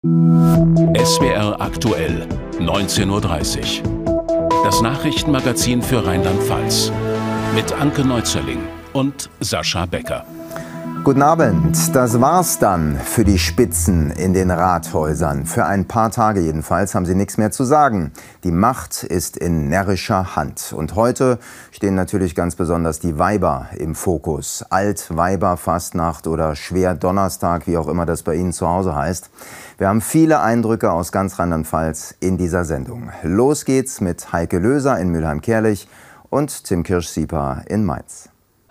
SWR aktuell, 19:30 Uhr. Das Nachrichtenmagazin für Rheinland-Pfalz. Mit Anke Neuzerling und Sascha Becker. Guten Abend. Das war's dann für die Spitzen in den Rathäusern. Für ein paar Tage jedenfalls haben sie nichts mehr zu sagen. Die Macht ist in närrischer Hand. Und heute stehen natürlich ganz besonders die Weiber im Fokus. Altweiberfastnacht oder Schwerdonnerstag, wie auch immer das bei Ihnen zu Hause heißt. Wir haben viele Eindrücke aus ganz Rheinland-Pfalz in dieser Sendung. Los geht's mit Heike Löser in Mülheim-Kärlich und Tim Kirsch-Sieper in Mainz.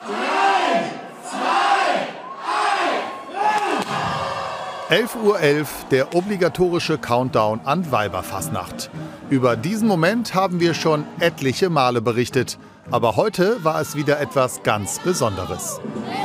11:11 Uhr, der obligatorische Countdown an Weiberfastnacht. Über diesen Moment haben wir schon etliche Male berichtet. Aber heute war es wieder etwas ganz Besonderes.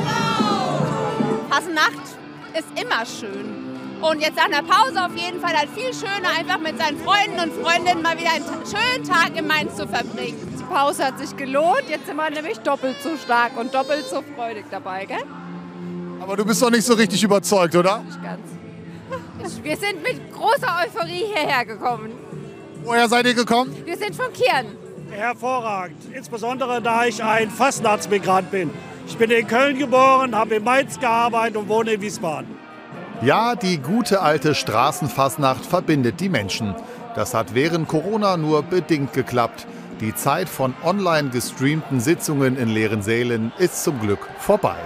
Fastnacht ist immer schön. Und jetzt nach einer Pause auf jeden Fall halt viel schöner, einfach mit seinen Freunden und Freundinnen mal wieder einen schönen Tag in Mainz zu verbringen. Die Pause hat sich gelohnt, jetzt sind wir nämlich doppelt so stark und doppelt so freudig dabei, gell? Aber du bist doch nicht so richtig überzeugt, oder? Nicht ganz. Wir sind mit großer Euphorie hierher gekommen. Woher seid ihr gekommen? Wir sind von Kirn. Hervorragend, insbesondere da ich ein Fastnachtsmigrant bin. Ich bin in Köln geboren, habe in Mainz gearbeitet und wohne in Wiesbaden. Ja, die gute alte Straßenfastnacht verbindet die Menschen. Das hat während Corona nur bedingt geklappt. Die Zeit von online gestreamten Sitzungen in leeren Sälen ist zum Glück vorbei.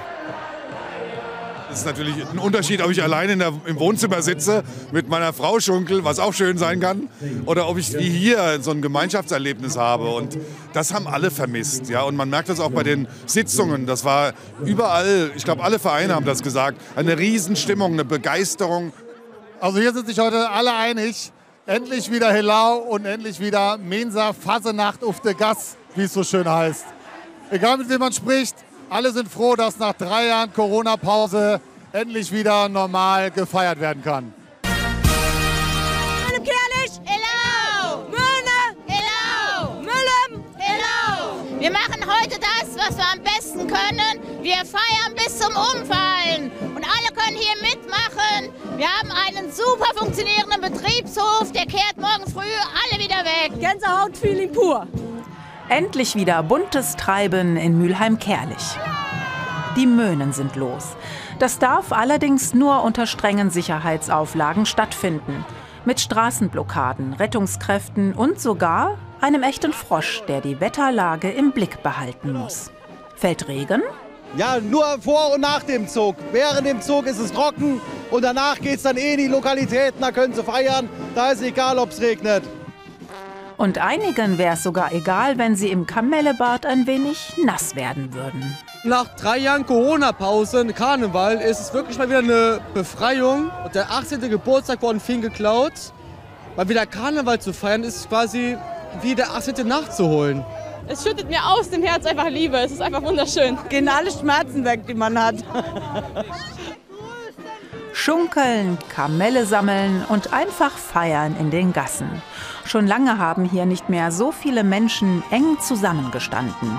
Es ist natürlich ein Unterschied, ob ich alleine im Wohnzimmer sitze mit meiner Frau schunkel, was auch schön sein kann, oder ob ich wie hier so ein Gemeinschaftserlebnis habe. Und das haben alle vermisst. Ja? Und man merkt das auch bei den Sitzungen. Das war überall, ich glaube, alle Vereine haben das gesagt, eine Riesenstimmung, eine Begeisterung. Also hier sind sich heute alle einig. Endlich wieder Helau und endlich wieder Mensa Fasenacht auf de Gas, wie es so schön heißt. Egal mit wem man spricht, alle sind froh, dass nach 3 Jahren Corona-Pause endlich wieder normal gefeiert werden kann. Mülheim-Kärlich, Helau! Möhne, Helau! Mülheim, Helau! Wir machen heute das, was wir am besten können. Wir feiern bis zum Umfallen. Und alle können hier mitmachen. Wir haben einen super funktionierenden Betriebshof. Der kehrt morgen früh alle wieder weg. Gänsehaut-Feeling pur. Endlich wieder buntes Treiben in Mülheim-Kärlich. Die Möhnen sind los. Das darf allerdings nur unter strengen Sicherheitsauflagen stattfinden. Mit Straßenblockaden, Rettungskräften und sogar einem echten Frosch, der die Wetterlage im Blick behalten muss. Fällt Regen? Ja, nur vor und nach dem Zug. Während dem Zug ist es trocken und danach geht es dann in die Lokalitäten, da können sie feiern. Da ist egal, ob es regnet. Und einigen wäre es sogar egal, wenn sie im Kamellebad ein wenig nass werden würden. Nach 3 Jahren Corona-Pause, Karneval, ist es wirklich mal wieder eine Befreiung. Und der 18. Geburtstag wurde vielen geklaut. Mal wieder Karneval zu feiern, ist quasi wie der 18. nachzuholen. Es schüttet mir aus dem Herz einfach Liebe. Es ist einfach wunderschön. Gehen alle Schmerzen weg, die man hat. Schunkeln, Kamelle sammeln und einfach feiern in den Gassen. Schon lange haben hier nicht mehr so viele Menschen eng zusammengestanden.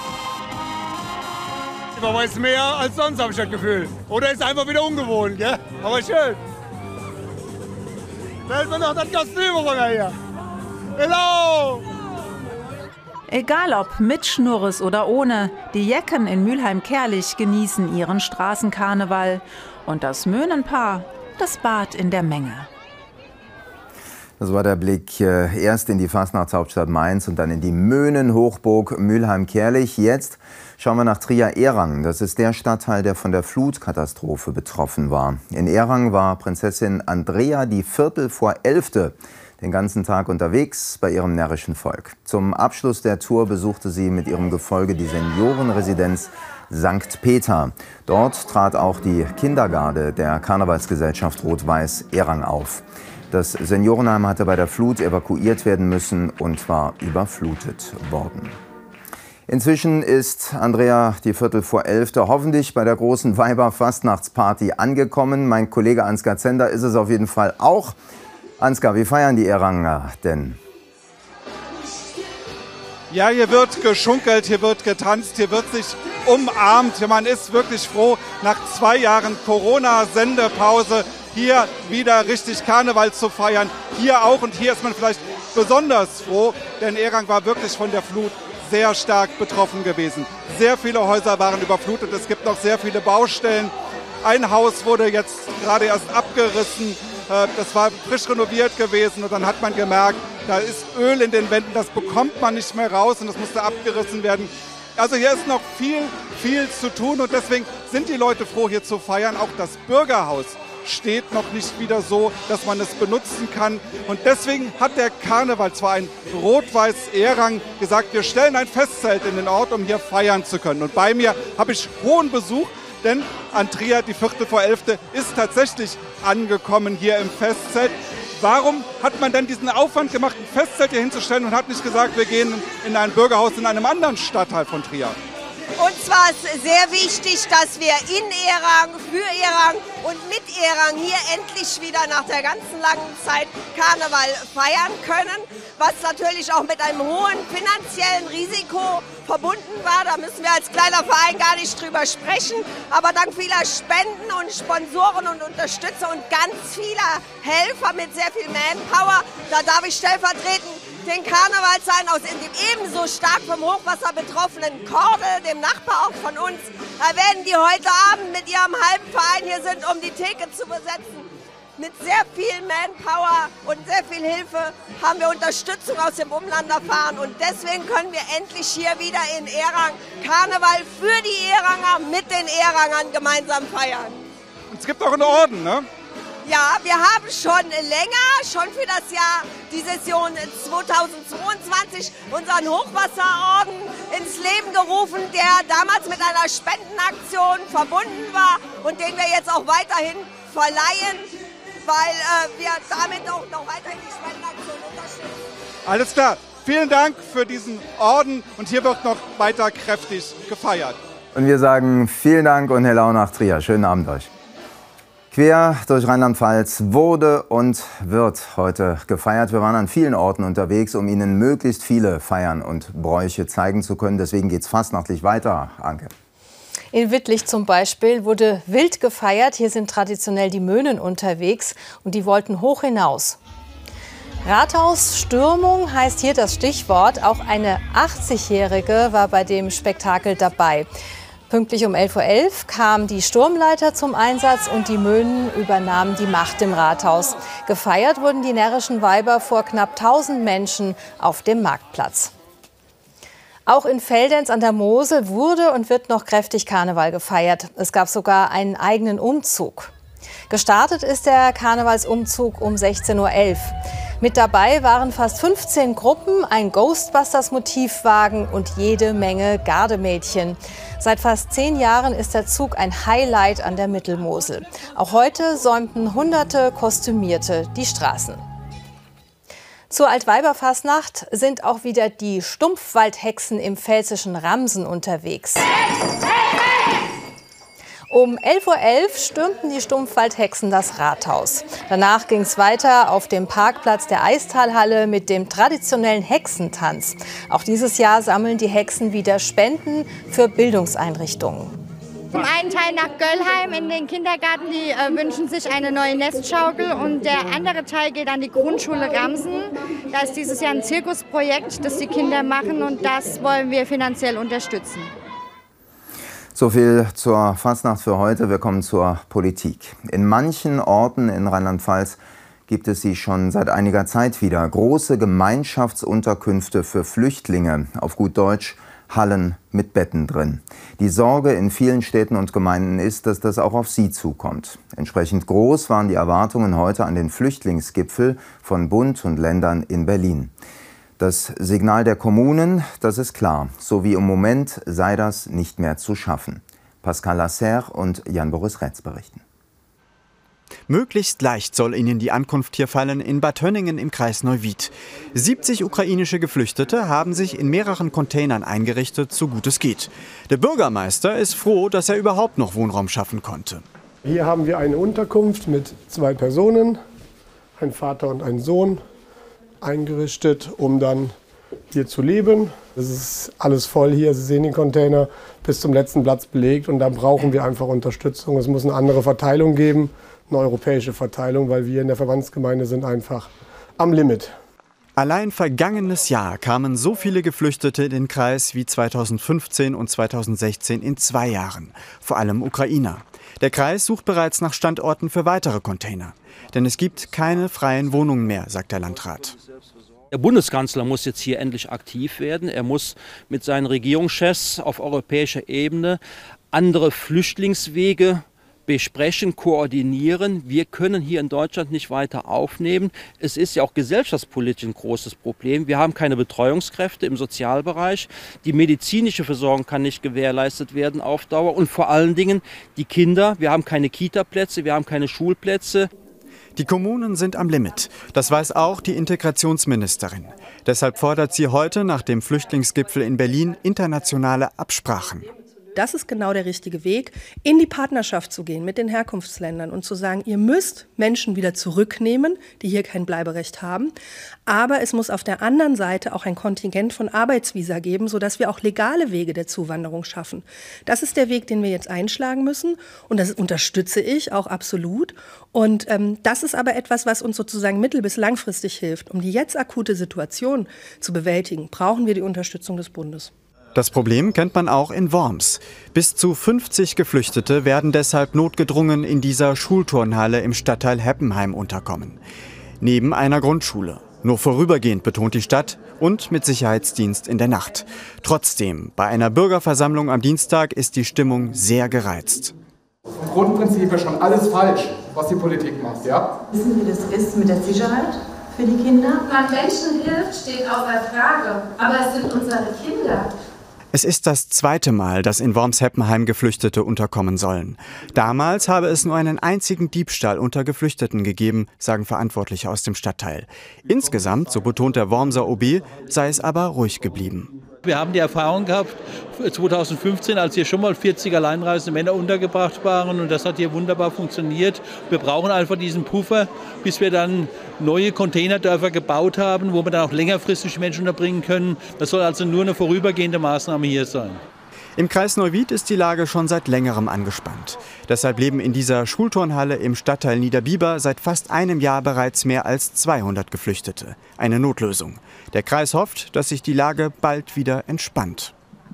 Aber es ist mehr als sonst, habe ich das Gefühl. Oder ist einfach wieder ungewohnt, gell? Aber schön. Fällt mir noch das Kostüm runter hier. Hello! Egal ob mit Schnurres oder ohne, die Jecken in Mülheim-Kärlich genießen ihren Straßenkarneval. Und das Möhnenpaar, das Bad in der Menge. Das war der Blick erst in die Fastnachtshauptstadt Mainz und dann in die Möhnenhochburg Mülheim-Kärlich. Jetzt schauen wir nach Trier-Ehrang. Das ist der Stadtteil, der von der Flutkatastrophe betroffen war. In Ehrang war Prinzessin Andrea die 11:15 den ganzen Tag unterwegs bei ihrem närrischen Volk. Zum Abschluss der Tour besuchte sie mit ihrem Gefolge die Seniorenresidenz St. Peter. Dort trat auch die Kindergarde der Karnevalsgesellschaft Rot-Weiß Ehrang auf. Das Seniorenheim hatte bei der Flut evakuiert werden müssen und war überflutet worden. Inzwischen ist Andrea die 11:15 hoffentlich bei der großen Weiberfastnachtsparty angekommen. Mein Kollege Ansgar Zender ist es auf jeden Fall auch. Ansgar, wie feiern die Ehranger denn? Ja, hier wird geschunkelt, hier wird getanzt, hier wird sich umarmt. Man ist wirklich froh, nach 2 Jahren Corona-Sendepause hier wieder richtig Karneval zu feiern. Hier auch, und hier ist man vielleicht besonders froh, denn Ehrang war wirklich von der Flut sehr stark betroffen gewesen. Sehr viele Häuser waren überflutet, es gibt noch sehr viele Baustellen. Ein Haus wurde jetzt gerade erst abgerissen, das war frisch renoviert gewesen und dann hat man gemerkt, da ist Öl in den Wänden, das bekommt man nicht mehr raus und das musste abgerissen werden. Also hier ist noch viel zu tun und deswegen sind die Leute froh, hier zu feiern. Auch das Bürgerhaus steht noch nicht wieder so, dass man es benutzen kann. Und deswegen hat der Karnevalsverein Rot-Weiß-Ehrang gesagt, wir stellen ein Festzelt in den Ort, um hier feiern zu können. Und bei mir habe ich hohen Besuch, denn Trier, die 11:15, ist tatsächlich angekommen hier im Festzelt. Warum hat man denn diesen Aufwand gemacht, ein Festzelt hier hinzustellen und hat nicht gesagt, wir gehen in ein Bürgerhaus in einem anderen Stadtteil von Trier? Uns war es sehr wichtig, dass wir in Ehrang, für Ehrang und mit Ehrang hier endlich wieder nach der ganzen langen Zeit Karneval feiern können, was natürlich auch mit einem hohen finanziellen Risiko verbunden war. Da müssen wir als kleiner Verein gar nicht drüber sprechen. Aber dank vieler Spenden und Sponsoren und Unterstützer und ganz vieler Helfer mit sehr viel Manpower, da darf ich stellvertretend den Karnevalsverein aus dem ebenso stark vom Hochwasser betroffenen Kordel, dem Nachbarort von uns, erwähnen, die heute Abend mit ihrem halben Verein hier sind, um die Theke zu besetzen. Mit sehr viel Manpower und sehr viel Hilfe haben wir Unterstützung aus dem Umland erfahren und deswegen können wir endlich hier wieder in Ehrang Karneval für die Ehranger mit den Ehrangern gemeinsam feiern. Und es gibt auch einen Orden, ne? Ja, wir haben schon länger, schon für das Jahr, die Session 2022, unseren Hochwasserorden ins Leben gerufen, der damals mit einer Spendenaktion verbunden war und den wir jetzt auch weiterhin verleihen, weil wir damit auch noch weiterhin die Spendenaktion unterstützen. Alles klar, vielen Dank für diesen Orden und hier wird noch weiter kräftig gefeiert. Und wir sagen vielen Dank und hello nach Trier. Schönen Abend euch. Quer durch Rheinland-Pfalz wurde und wird heute gefeiert. Wir waren an vielen Orten unterwegs, um Ihnen möglichst viele Feiern und Bräuche zeigen zu können. Deswegen geht es fastnachtlich weiter, Anke. In Wittlich zum Beispiel wurde wild gefeiert. Hier sind traditionell die Möhnen unterwegs und die wollten hoch hinaus. Rathausstürmung heißt hier das Stichwort. Auch eine 80-Jährige war bei dem Spektakel dabei. Pünktlich um 11:11 Uhr kam die Sturmleiter zum Einsatz und die Möhnen übernahmen die Macht im Rathaus. Gefeiert wurden die närrischen Weiber vor knapp 1000 Menschen auf dem Marktplatz. Auch in Veldenz an der Mosel wurde und wird noch kräftig Karneval gefeiert. Es gab sogar einen eigenen Umzug. Gestartet ist der Karnevalsumzug um 16:11 Uhr. Mit dabei waren fast 15 Gruppen, ein Ghostbusters-Motivwagen und jede Menge Gardemädchen. Seit fast 10 Jahren ist der Zug ein Highlight an der Mittelmosel. Auch heute säumten Hunderte Kostümierte die Straßen. Zur Altweiberfastnacht sind auch wieder die Stumpfwaldhexen im pfälzischen Ramsen unterwegs. Um 11:11 Uhr stürmten die Stumpfwaldhexen das Rathaus. Danach ging es weiter auf dem Parkplatz der Eistalhalle mit dem traditionellen Hexentanz. Auch dieses Jahr sammeln die Hexen wieder Spenden für Bildungseinrichtungen. Zum einen Teil nach Göllheim in den Kindergarten, die wünschen sich eine neue Nestschaukel, und der andere Teil geht an die Grundschule Ramsen. Da ist dieses Jahr ein Zirkusprojekt, das die Kinder machen, und das wollen wir finanziell unterstützen. So viel zur Fastnacht für heute. Wir kommen zur Politik. In manchen Orten in Rheinland-Pfalz gibt es sie schon seit einiger Zeit wieder. Große Gemeinschaftsunterkünfte für Flüchtlinge, auf gut Deutsch Hallen mit Betten drin. Die Sorge in vielen Städten und Gemeinden ist, dass das auch auf sie zukommt. Entsprechend groß waren die Erwartungen heute an den Flüchtlingsgipfel von Bund und Ländern in Berlin. Das Signal der Kommunen, das ist klar. So wie im Moment sei das nicht mehr zu schaffen. Pascal Lasserre und Jan-Boris Rätz berichten. Möglichst leicht soll ihnen die Ankunft hier fallen in Bad Hönningen im Kreis Neuwied. 70 ukrainische Geflüchtete haben sich in mehreren Containern eingerichtet, so gut es geht. Der Bürgermeister ist froh, dass er überhaupt noch Wohnraum schaffen konnte. Hier haben wir eine Unterkunft mit 2 Personen, ein Vater und ein Sohn, eingerichtet, um dann hier zu leben. Es ist alles voll hier. Sie sehen den Container bis zum letzten Platz belegt, und da brauchen wir einfach Unterstützung. Es muss eine andere Verteilung geben, eine europäische Verteilung, weil wir in der Verbandsgemeinde sind einfach am Limit. Allein vergangenes Jahr kamen so viele Geflüchtete in den Kreis wie 2015 und 2016 in 2 Jahren. Vor allem Ukrainer. Der Kreis sucht bereits nach Standorten für weitere Container. Denn es gibt keine freien Wohnungen mehr, sagt der Landrat. Der Bundeskanzler muss jetzt hier endlich aktiv werden. Er muss mit seinen Regierungschefs auf europäischer Ebene andere Flüchtlingswege besprechen, koordinieren. Wir können hier in Deutschland nicht weiter aufnehmen. Es ist ja auch gesellschaftspolitisch ein großes Problem. Wir haben keine Betreuungskräfte im Sozialbereich. Die medizinische Versorgung kann nicht gewährleistet werden auf Dauer. Und vor allen Dingen die Kinder. Wir haben keine Kita-Plätze, wir haben keine Schulplätze. Die Kommunen sind am Limit. Das weiß auch die Integrationsministerin. Deshalb fordert sie heute nach dem Flüchtlingsgipfel in Berlin internationale Absprachen. Das ist genau der richtige Weg, in die Partnerschaft zu gehen mit den Herkunftsländern und zu sagen, ihr müsst Menschen wieder zurücknehmen, die hier kein Bleiberecht haben. Aber es muss auf der anderen Seite auch ein Kontingent von Arbeitsvisa geben, sodass wir auch legale Wege der Zuwanderung schaffen. Das ist der Weg, den wir jetzt einschlagen müssen. Und das unterstütze ich auch absolut. Und das ist aber etwas, was uns sozusagen mittel- bis langfristig hilft. Um die jetzt akute Situation zu bewältigen, brauchen wir die Unterstützung des Bundes. Das Problem kennt man auch in Worms. Bis zu 50 Geflüchtete werden deshalb notgedrungen in dieser Schulturnhalle im Stadtteil Heppenheim unterkommen. Neben einer Grundschule. Nur vorübergehend, betont die Stadt, und mit Sicherheitsdienst in der Nacht. Trotzdem, bei einer Bürgerversammlung am Dienstag ist die Stimmung sehr gereizt. Vom Grundprinzip ist schon alles falsch, was die Politik macht, ja? Wissen Sie, wie das ist mit der Sicherheit für die Kinder? Man Menschen hilft, steht außer Frage. Aber es sind unsere Kinder. Es ist das 2. Mal, dass in Worms-Heppenheim Geflüchtete unterkommen sollen. Damals habe es nur einen einzigen Diebstahl unter Geflüchteten gegeben, sagen Verantwortliche aus dem Stadtteil. Insgesamt, so betont der Wormser OB, sei es aber ruhig geblieben. Wir haben die Erfahrung gehabt, 2015, als hier schon mal 40 alleinreisende Männer untergebracht waren, und das hat hier wunderbar funktioniert. Wir brauchen einfach diesen Puffer, bis wir dann neue Containerdörfer gebaut haben, wo wir dann auch längerfristig Menschen unterbringen können. Das soll also nur eine vorübergehende Maßnahme hier sein. Im Kreis Neuwied ist die Lage schon seit längerem angespannt. Deshalb leben in dieser Schulturnhalle im Stadtteil Niederbiber seit fast einem Jahr bereits mehr als 200 Geflüchtete. Eine Notlösung. Der Kreis hofft, dass sich die Lage bald wieder entspannt.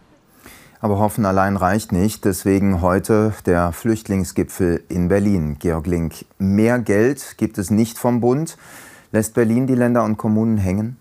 Aber hoffen allein reicht nicht. Deswegen heute der Flüchtlingsgipfel in Berlin. Georg Link, mehr Geld gibt es nicht vom Bund. Lässt Berlin die Länder und Kommunen hängen?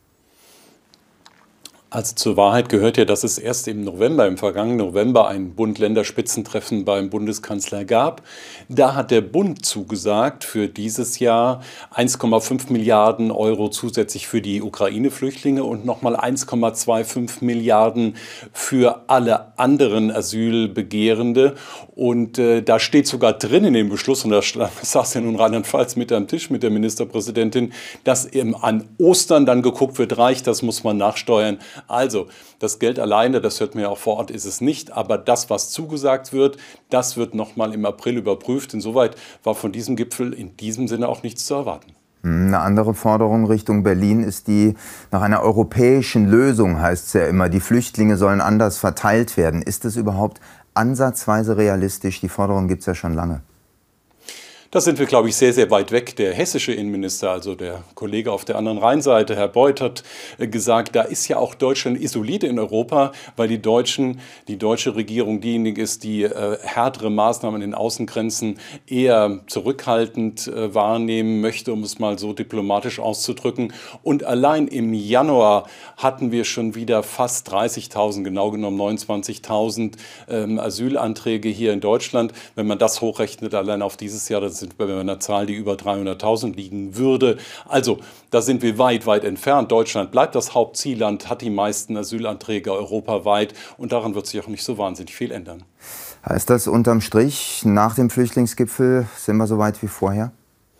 Also zur Wahrheit gehört ja, dass es erst im vergangenen November, ein Bund-Länder-Spitzentreffen beim Bundeskanzler gab. Da hat der Bund zugesagt, für dieses Jahr 1,5 Milliarden Euro zusätzlich für die Ukraine-Flüchtlinge und nochmal 1,25 Milliarden für alle anderen Asylbegehrende. Und da steht sogar drin in dem Beschluss, und da saß ja nun Rheinland-Pfalz mit am Tisch mit der Ministerpräsidentin, dass eben an Ostern dann geguckt wird, reicht, das muss man nachsteuern. Also, das Geld alleine, das hört man ja auch vor Ort, ist es nicht. Aber das, was zugesagt wird, das wird noch mal im April überprüft. Insoweit war von diesem Gipfel in diesem Sinne auch nichts zu erwarten. Eine andere Forderung Richtung Berlin ist die nach einer europäischen Lösung, heißt es ja immer. Die Flüchtlinge sollen anders verteilt werden. Ist es überhaupt ansatzweise realistisch? Die Forderung gibt es ja schon lange. Da sind wir, glaube ich, sehr, sehr weit weg. Der hessische Innenminister, also der Kollege auf der anderen Rheinseite, Herr Beuth, hat gesagt, da ist ja auch Deutschland isoliert in Europa, weil die deutsche Regierung diejenige ist, die härtere Maßnahmen an den Außengrenzen eher zurückhaltend wahrnehmen möchte, um es mal so diplomatisch auszudrücken. Und allein im Januar hatten wir schon wieder fast 30.000, genau genommen 29.000 Asylanträge hier in Deutschland. Wenn man das hochrechnet, allein auf dieses Jahr, das sind wir bei einer Zahl, die über 300.000 liegen würde. Also, da sind wir weit, weit entfernt. Deutschland bleibt das Hauptzielland, hat die meisten Asylanträge europaweit, und daran wird sich auch nicht so wahnsinnig viel ändern. Heißt das unterm Strich, nach dem Flüchtlingsgipfel sind wir so weit wie vorher?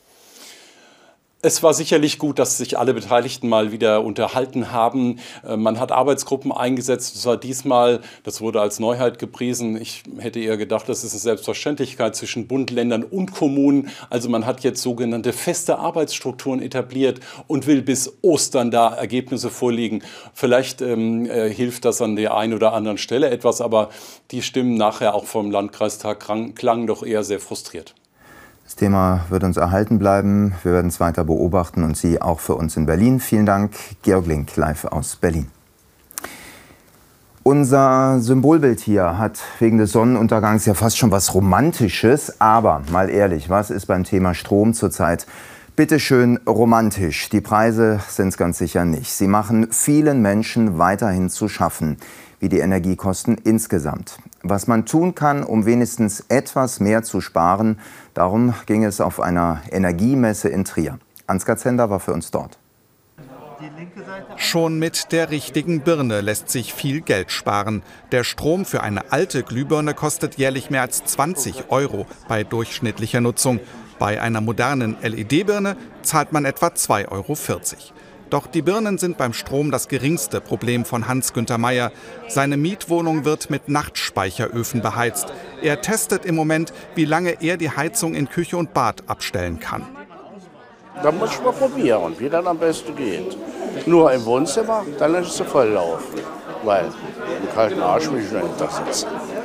Es war sicherlich gut, dass sich alle Beteiligten mal wieder unterhalten haben. Man hat Arbeitsgruppen eingesetzt. Das war diesmal, das wurde als Neuheit gepriesen. Ich hätte eher gedacht, das ist eine Selbstverständlichkeit zwischen Bund, Ländern und Kommunen. Also man hat jetzt sogenannte feste Arbeitsstrukturen etabliert und will bis Ostern da Ergebnisse vorlegen. Vielleicht hilft das an der einen oder anderen Stelle etwas, aber die Stimmen nachher auch vom Landkreistag klangen doch eher sehr frustriert. Das Thema wird uns erhalten bleiben. Wir werden es weiter beobachten und Sie auch für uns in Berlin. Vielen Dank, Georg Link, live aus Berlin. Unser Symbolbild hier hat wegen des Sonnenuntergangs ja fast schon was Romantisches. Aber mal ehrlich, was ist beim Thema Strom zurzeit bitteschön romantisch? Die Preise sind es ganz sicher nicht. Sie machen vielen Menschen weiterhin zu schaffen, wie die Energiekosten insgesamt. Was man tun kann, um wenigstens etwas mehr zu sparen, darum ging es auf einer Energiemesse in Trier. Ansgar Zender war für uns dort. Schon mit der richtigen Birne lässt sich viel Geld sparen. Der Strom für eine alte Glühbirne kostet jährlich mehr als 20 € bei durchschnittlicher Nutzung. Bei einer modernen LED-Birne zahlt man etwa 2,40 €. Doch die Birnen sind beim Strom das geringste Problem von Hans-Günther Meyer. Seine Mietwohnung wird mit Nachtspeicheröfen beheizt. Er testet im Moment, wie lange er die Heizung in Küche und Bad abstellen kann. Da muss ich mal probieren, wie das am besten geht. Nur im Wohnzimmer, dann ist es zu voll laufen. Weil im kalten Arsch will ich nicht da sitzen.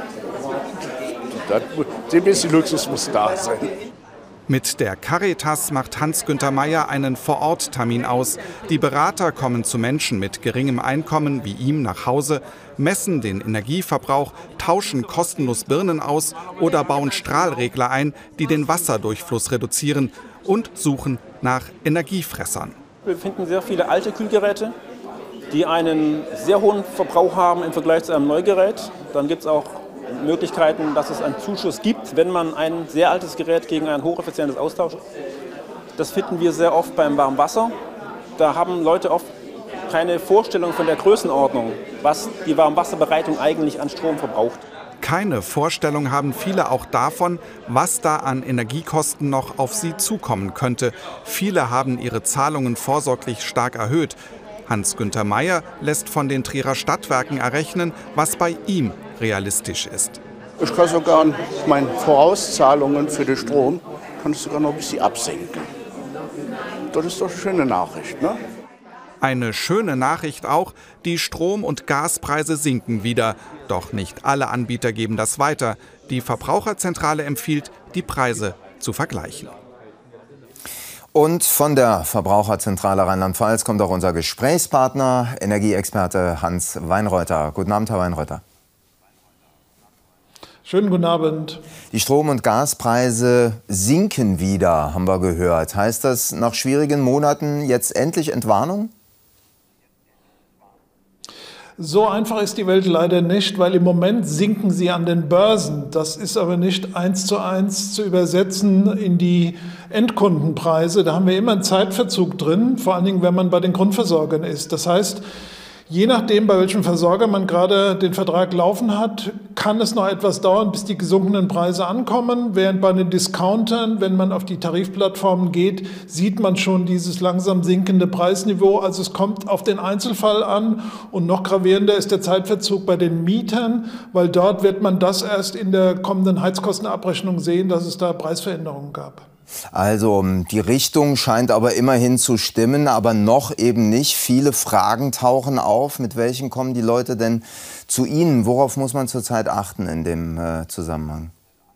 Ein bisschen Luxus muss da sein. Mit der Caritas macht Hans-Günther Meyer einen Vor-Ort-Termin aus. Die Berater kommen zu Menschen mit geringem Einkommen wie ihm nach Hause, messen den Energieverbrauch, tauschen kostenlos Birnen aus oder bauen Strahlregler ein, die den Wasserdurchfluss reduzieren, und suchen nach Energiefressern. Wir finden sehr viele alte Kühlgeräte, die einen sehr hohen Verbrauch haben im Vergleich zu einem Neugerät. Dann gibt es auch Möglichkeiten, dass es einen Zuschuss gibt, wenn man ein sehr altes Gerät gegen ein hocheffizientes austauscht. Das finden wir sehr oft beim Warmwasser. Da haben Leute oft keine Vorstellung von der Größenordnung, was die Warmwasserbereitung eigentlich an Strom verbraucht. Keine Vorstellung haben viele auch davon, was da an Energiekosten noch auf sie zukommen könnte. Viele haben ihre Zahlungen vorsorglich stark erhöht. Hans-Günther Meyer lässt von den Trierer Stadtwerken errechnen, was bei ihm realistisch ist. Ich kann sogar meine Vorauszahlungen für den Strom kann ich sogar noch ein bisschen absenken. Das ist doch eine schöne Nachricht, ne? Eine schöne Nachricht auch, die Strom- und Gaspreise sinken wieder. Doch nicht alle Anbieter geben das weiter. Die Verbraucherzentrale empfiehlt, die Preise zu vergleichen. Und von der Verbraucherzentrale Rheinland-Pfalz kommt auch unser Gesprächspartner, Energieexperte Hans Weinreuter. Guten Abend, Herr Weinreuter. Schönen guten Abend. Die Strom- und Gaspreise sinken wieder, haben wir gehört. Heißt das nach schwierigen Monaten jetzt endlich Entwarnung? So einfach ist die Welt leider nicht, weil im Moment sinken sie an den Börsen. Das ist aber nicht 1:1 zu übersetzen in die Endkundenpreise. Da haben wir immer einen Zeitverzug drin, vor allen Dingen, wenn man bei den Grundversorgern ist. Das heißt, je nachdem, bei welchem Versorger man gerade den Vertrag laufen hat, kann es noch etwas dauern, bis die gesunkenen Preise ankommen. Während bei den Discountern, wenn man auf die Tarifplattformen geht, sieht man schon dieses langsam sinkende Preisniveau. Also es kommt auf den Einzelfall an. Und noch gravierender ist der Zeitverzug bei den Mietern, weil dort wird man das erst in der kommenden Heizkostenabrechnung sehen, dass es da Preisveränderungen gab. Also die Richtung scheint aber immerhin zu stimmen, aber noch eben nicht. Viele Fragen tauchen auf. Mit welchen kommen die Leute denn zu Ihnen? Worauf muss man zurzeit achten in dem Zusammenhang?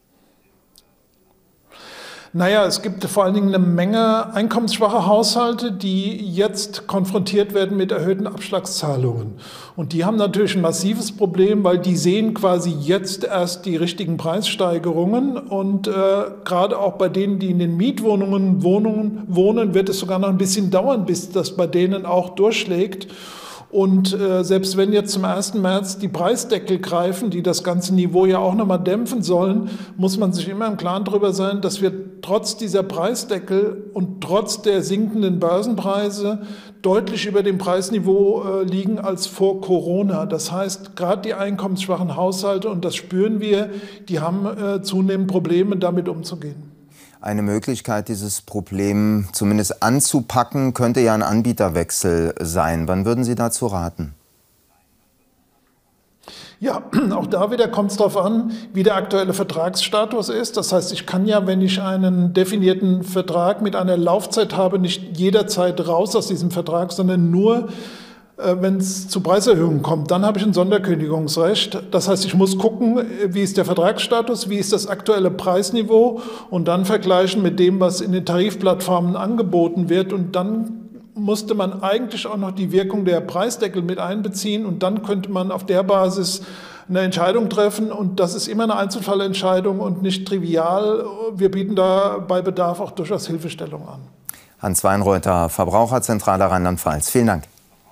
Naja, es gibt vor allen Dingen eine Menge einkommensschwache Haushalte, die jetzt konfrontiert werden mit erhöhten Abschlagszahlungen. Und die haben natürlich ein massives Problem, weil die sehen quasi jetzt erst die richtigen Preissteigerungen. Und gerade auch bei denen, die in den Mietwohnungen wohnen, wird es sogar noch ein bisschen dauern, bis das bei denen auch durchschlägt. Und selbst wenn jetzt zum 1. März die Preisdeckel greifen, die das ganze Niveau ja auch nochmal dämpfen sollen, muss man sich immer im Klaren darüber sein, dass wir trotz dieser Preisdeckel und trotz der sinkenden Börsenpreise deutlich über dem Preisniveau liegen als vor Corona. Das heißt, gerade die einkommensschwachen Haushalte, und das spüren wir, die haben zunehmend Probleme, damit umzugehen. Eine Möglichkeit, dieses Problem zumindest anzupacken, könnte ja ein Anbieterwechsel sein. Wann würden Sie dazu raten? Ja, auch da wieder kommt es darauf an, wie der aktuelle Vertragsstatus ist. Das heißt, ich kann ja, wenn ich einen definierten Vertrag mit einer Laufzeit habe, nicht jederzeit raus aus diesem Vertrag, sondern nur wenn es zu Preiserhöhungen kommt, dann habe ich ein Sonderkündigungsrecht. Das heißt, ich muss gucken, wie ist der Vertragsstatus, wie ist das aktuelle Preisniveau und dann vergleichen mit dem, was in den Tarifplattformen angeboten wird. Und dann musste man eigentlich auch noch die Wirkung der Preisdeckel mit einbeziehen und dann könnte man auf der Basis eine Entscheidung treffen. Und das ist immer eine Einzelfallentscheidung und nicht trivial. Wir bieten da bei Bedarf auch durchaus Hilfestellung an. Hans Weinreuter, Verbraucherzentrale Rheinland-Pfalz. Vielen Dank.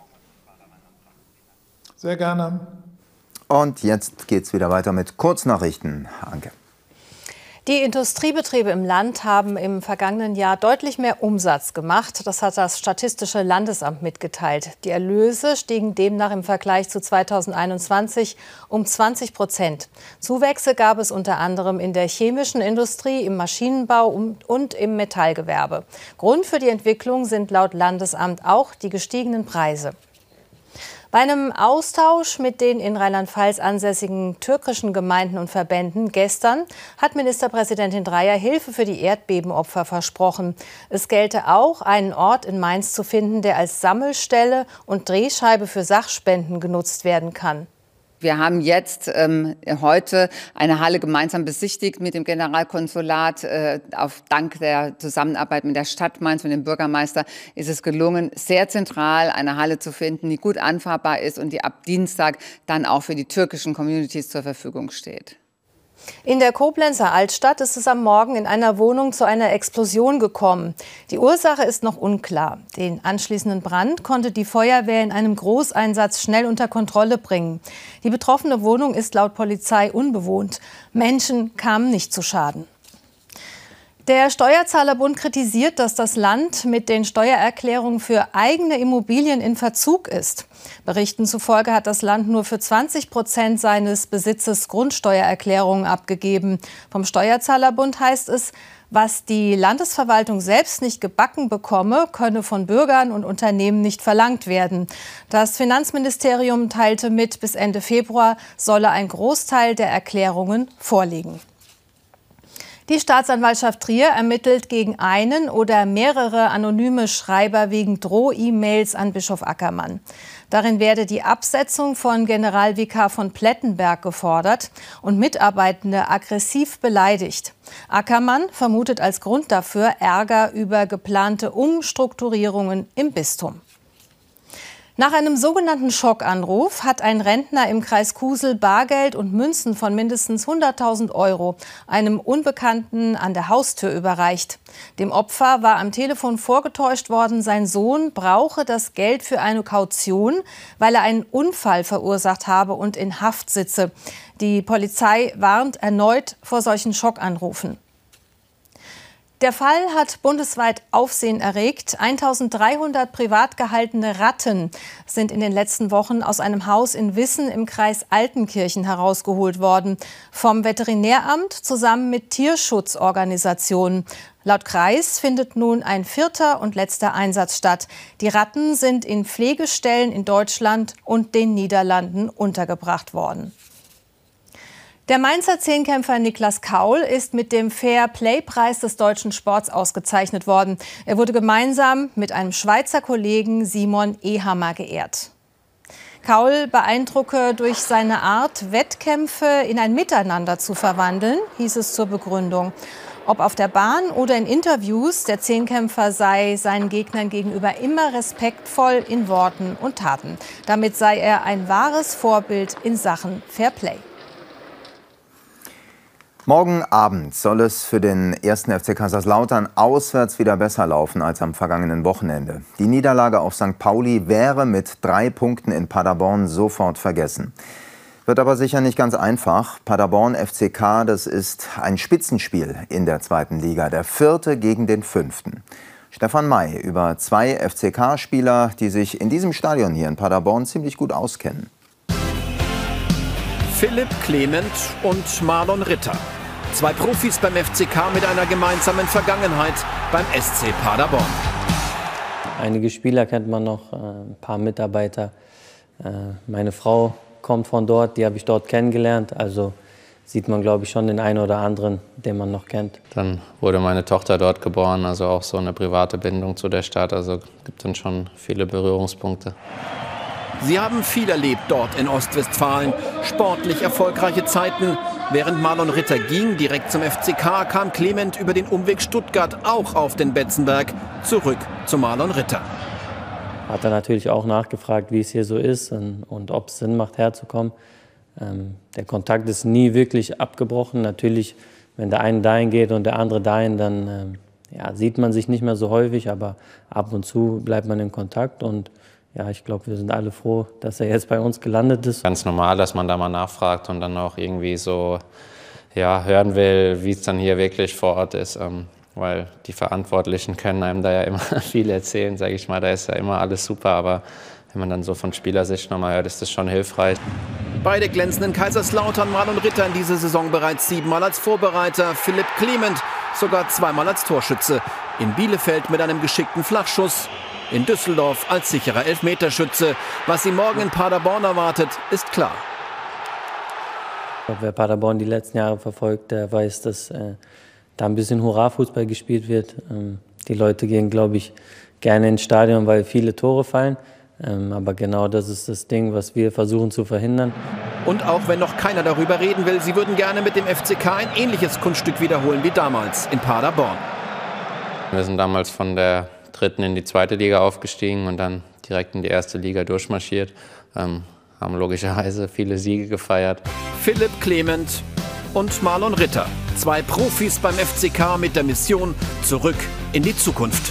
Sehr gerne. Und jetzt geht es wieder weiter mit Kurznachrichten. Anke. Die Industriebetriebe im Land haben im vergangenen Jahr deutlich mehr Umsatz gemacht. Das hat das Statistische Landesamt mitgeteilt. Die Erlöse stiegen demnach im Vergleich zu 2021 um 20%. Zuwächse gab es unter anderem in der chemischen Industrie, im Maschinenbau und im Metallgewerbe. Grund für die Entwicklung sind laut Landesamt auch die gestiegenen Preise. Bei einem Austausch mit den in Rheinland-Pfalz ansässigen türkischen Gemeinden und Verbänden gestern hat Ministerpräsidentin Dreyer Hilfe für die Erdbebenopfer versprochen. Es gelte auch, einen Ort in Mainz zu finden, der als Sammelstelle und Drehscheibe für Sachspenden genutzt werden kann. Wir haben jetzt heute eine Halle gemeinsam besichtigt mit dem Generalkonsulat. Dank der Zusammenarbeit mit der Stadt Mainz, mit dem Bürgermeister, ist es gelungen, sehr zentral eine Halle zu finden, die gut anfahrbar ist und die ab Dienstag dann auch für die türkischen Communities zur Verfügung steht. In der Koblenzer Altstadt ist es am Morgen in einer Wohnung zu einer Explosion gekommen. Die Ursache ist noch unklar. Den anschließenden Brand konnte die Feuerwehr in einem Großeinsatz schnell unter Kontrolle bringen. Die betroffene Wohnung ist laut Polizei unbewohnt. Menschen kamen nicht zu Schaden. Der Steuerzahlerbund kritisiert, dass das Land mit den Steuererklärungen für eigene Immobilien in Verzug ist. Berichten zufolge hat das Land nur für 20% seines Besitzes Grundsteuererklärungen abgegeben. Vom Steuerzahlerbund heißt es, was die Landesverwaltung selbst nicht gebacken bekomme, könne von Bürgern und Unternehmen nicht verlangt werden. Das Finanzministerium teilte mit, bis Ende Februar solle ein Großteil der Erklärungen vorliegen. Die Staatsanwaltschaft Trier ermittelt gegen einen oder mehrere anonyme Schreiber wegen Droh-E-Mails an Bischof Ackermann. Darin werde die Absetzung von Generalvikar von Plettenberg gefordert und Mitarbeitende aggressiv beleidigt. Ackermann vermutet als Grund dafür Ärger über geplante Umstrukturierungen im Bistum. Nach einem sogenannten Schockanruf hat ein Rentner im Kreis Kusel Bargeld und Münzen von mindestens 100.000 € einem Unbekannten an der Haustür überreicht. Dem Opfer war am Telefon vorgetäuscht worden, sein Sohn brauche das Geld für eine Kaution, weil er einen Unfall verursacht habe und in Haft sitze. Die Polizei warnt erneut vor solchen Schockanrufen. Der Fall hat bundesweit Aufsehen erregt. 1300 privat gehaltene Ratten sind in den letzten Wochen aus einem Haus in Wissen im Kreis Altenkirchen herausgeholt worden. Vom Veterinäramt zusammen mit Tierschutzorganisationen. Laut Kreis findet nun ein 4. und letzter Einsatz statt. Die Ratten sind in Pflegestellen in Deutschland und den Niederlanden untergebracht worden. Der Mainzer Zehnkämpfer Niklas Kaul ist mit dem Fair-Play-Preis des deutschen Sports ausgezeichnet worden. Er wurde gemeinsam mit einem Schweizer Kollegen Simon Ehammer geehrt. Kaul beeindrucke durch seine Art, Wettkämpfe in ein Miteinander zu verwandeln, hieß es zur Begründung. Ob auf der Bahn oder in Interviews, der Zehnkämpfer sei seinen Gegnern gegenüber immer respektvoll in Worten und Taten. Damit sei er ein wahres Vorbild in Sachen Fair-Play. Morgen Abend soll es für den 1. FC Kaiserslautern auswärts wieder besser laufen als am vergangenen Wochenende. Die Niederlage auf St. Pauli wäre mit 3 Punkten in Paderborn sofort vergessen. Wird aber sicher nicht ganz einfach. Paderborn FCK, das ist ein Spitzenspiel in der 2. Liga, der 4. gegen den 5. Stefan May über 2 FCK-Spieler, die sich in diesem Stadion hier in Paderborn ziemlich gut auskennen. Philipp Clement und Marlon Ritter. 2 Profis beim FCK mit einer gemeinsamen Vergangenheit beim SC Paderborn. Einige Spieler kennt man noch, ein paar Mitarbeiter. Meine Frau kommt von dort, die habe ich dort kennengelernt. Also sieht man, glaube ich, schon den einen oder anderen, den man noch kennt. Dann wurde meine Tochter dort geboren, also auch so eine private Bindung zu der Stadt. Also gibt dann schon viele Berührungspunkte. Sie haben viel erlebt dort in Ostwestfalen. Sportlich erfolgreiche Zeiten. Während Marlon Ritter ging, direkt zum FCK, kam Clement über den Umweg Stuttgart auch auf den Betzenberg. Zurück zu Marlon Ritter. Hat er natürlich auch nachgefragt, wie es hier so ist und ob es Sinn macht, herzukommen. Der Kontakt ist nie wirklich abgebrochen. Natürlich, wenn der eine dahin geht und der andere dahin, dann sieht man sich nicht mehr so häufig, aber ab und zu bleibt man in Kontakt. Und ja, ich glaube, wir sind alle froh, dass er jetzt bei uns gelandet ist. Ganz normal, dass man da mal nachfragt und dann auch irgendwie so hören will, wie es dann hier wirklich vor Ort ist. Weil die Verantwortlichen können einem da ja immer viel erzählen, sage ich mal. Da ist ja immer alles super, aber wenn man dann so von Spielersicht nochmal hört, ist das schon hilfreich. Beide glänzen in Kaiserslautern, Marlon Ritter in dieser Saison bereits 7-mal als Vorbereiter, Philipp Clement sogar 2-mal als Torschütze. In Bielefeld mit einem geschickten Flachschuss, in Düsseldorf als sicherer Elfmeterschütze. Was ihn morgen in Paderborn erwartet, ist klar. Wer Paderborn die letzten Jahre verfolgt, der weiß, dass da ein bisschen Hurra-Fußball gespielt wird. Die Leute gehen, glaube ich, gerne ins Stadion, weil viele Tore fallen. Aber genau das ist das Ding, was wir versuchen zu verhindern. Und auch wenn noch keiner darüber reden will, sie würden gerne mit dem FCK ein ähnliches Kunststück wiederholen wie damals in Paderborn. Wir sind damals von der 3. in die 2. Liga aufgestiegen und dann direkt in die 1. Liga durchmarschiert. Haben logischerweise viele Siege gefeiert. Philipp Clement und Marlon Ritter. 2 Profis beim FCK mit der Mission zurück in die Zukunft.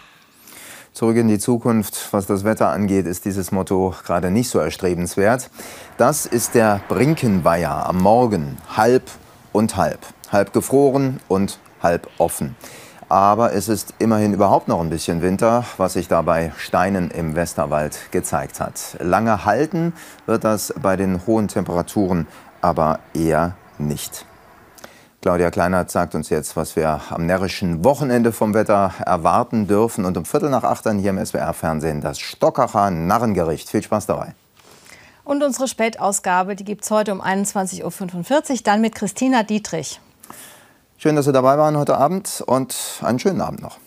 Zurück in die Zukunft, was das Wetter angeht, ist dieses Motto gerade nicht so erstrebenswert. Das ist der Brinkenweiher am Morgen, halb und halb. Halb gefroren und halb offen. Aber es ist immerhin überhaupt noch ein bisschen Winter, was sich da bei Steinen im Westerwald gezeigt hat. Lange halten wird das bei den hohen Temperaturen aber eher nicht. Claudia Kleinert sagt uns jetzt, was wir am närrischen Wochenende vom Wetter erwarten dürfen. Und um 7:45 dann hier im SWR-Fernsehen das Stockacher Narrengericht. Viel Spaß dabei. Und unsere Spätausgabe, die gibt es heute um 21:45 Uhr, dann mit Christina Dietrich. Schön, dass Sie dabei waren heute Abend und einen schönen Abend noch.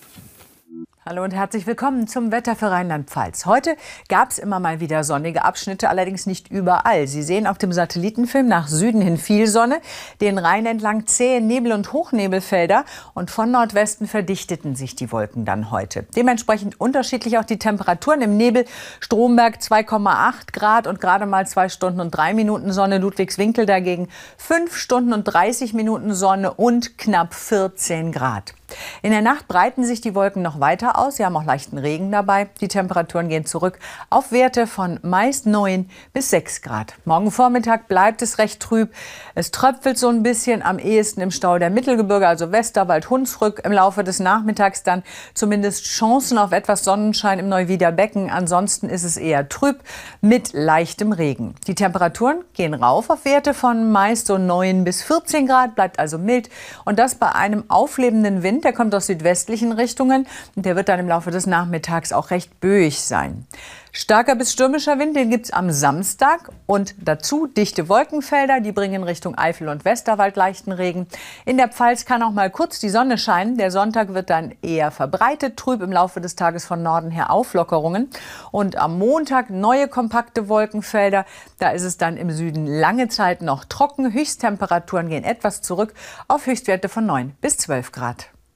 Hallo und herzlich willkommen zum Wetter für Rheinland-Pfalz. Heute gab es immer mal wieder sonnige Abschnitte, allerdings nicht überall. Sie sehen auf dem Satellitenfilm nach Süden hin viel Sonne, den Rhein entlang zähe Nebel- und Hochnebelfelder und von Nordwesten verdichteten sich die Wolken dann heute. Dementsprechend unterschiedlich auch die Temperaturen im Nebel. Stromberg 2,8 Grad und gerade mal 2 Stunden und 3 Minuten Sonne. Ludwigswinkel dagegen 5 Stunden und 30 Minuten Sonne und knapp 14 Grad. In der Nacht breiten sich die Wolken noch weiter aus. Sie haben auch leichten Regen dabei. Die Temperaturen gehen zurück auf Werte von meist 9 bis 6 Grad. Morgen Vormittag bleibt es recht trüb. Es tröpfelt so ein bisschen, am ehesten im Stau der Mittelgebirge, also Westerwald, Hunsrück. Im Laufe des Nachmittags dann zumindest Chancen auf etwas Sonnenschein im Neuwieder Becken. Ansonsten ist es eher trüb mit leichtem Regen. Die Temperaturen gehen rauf auf Werte von meist so 9 bis 14 Grad, bleibt also mild. Und das bei einem auflebenden Wind. Der kommt aus südwestlichen Richtungen und der wird dann im Laufe des Nachmittags auch recht böig sein. Starker bis stürmischer Wind, den gibt es am Samstag und dazu dichte Wolkenfelder, die bringen Richtung Eifel und Westerwald leichten Regen. In der Pfalz kann auch mal kurz die Sonne scheinen. Der Sonntag wird dann eher verbreitet trüb, im Laufe des Tages von Norden her Auflockerungen. Und am Montag neue kompakte Wolkenfelder. Da ist es dann im Süden lange Zeit noch trocken. Höchsttemperaturen gehen etwas zurück auf Höchstwerte von 9 bis 12 Grad.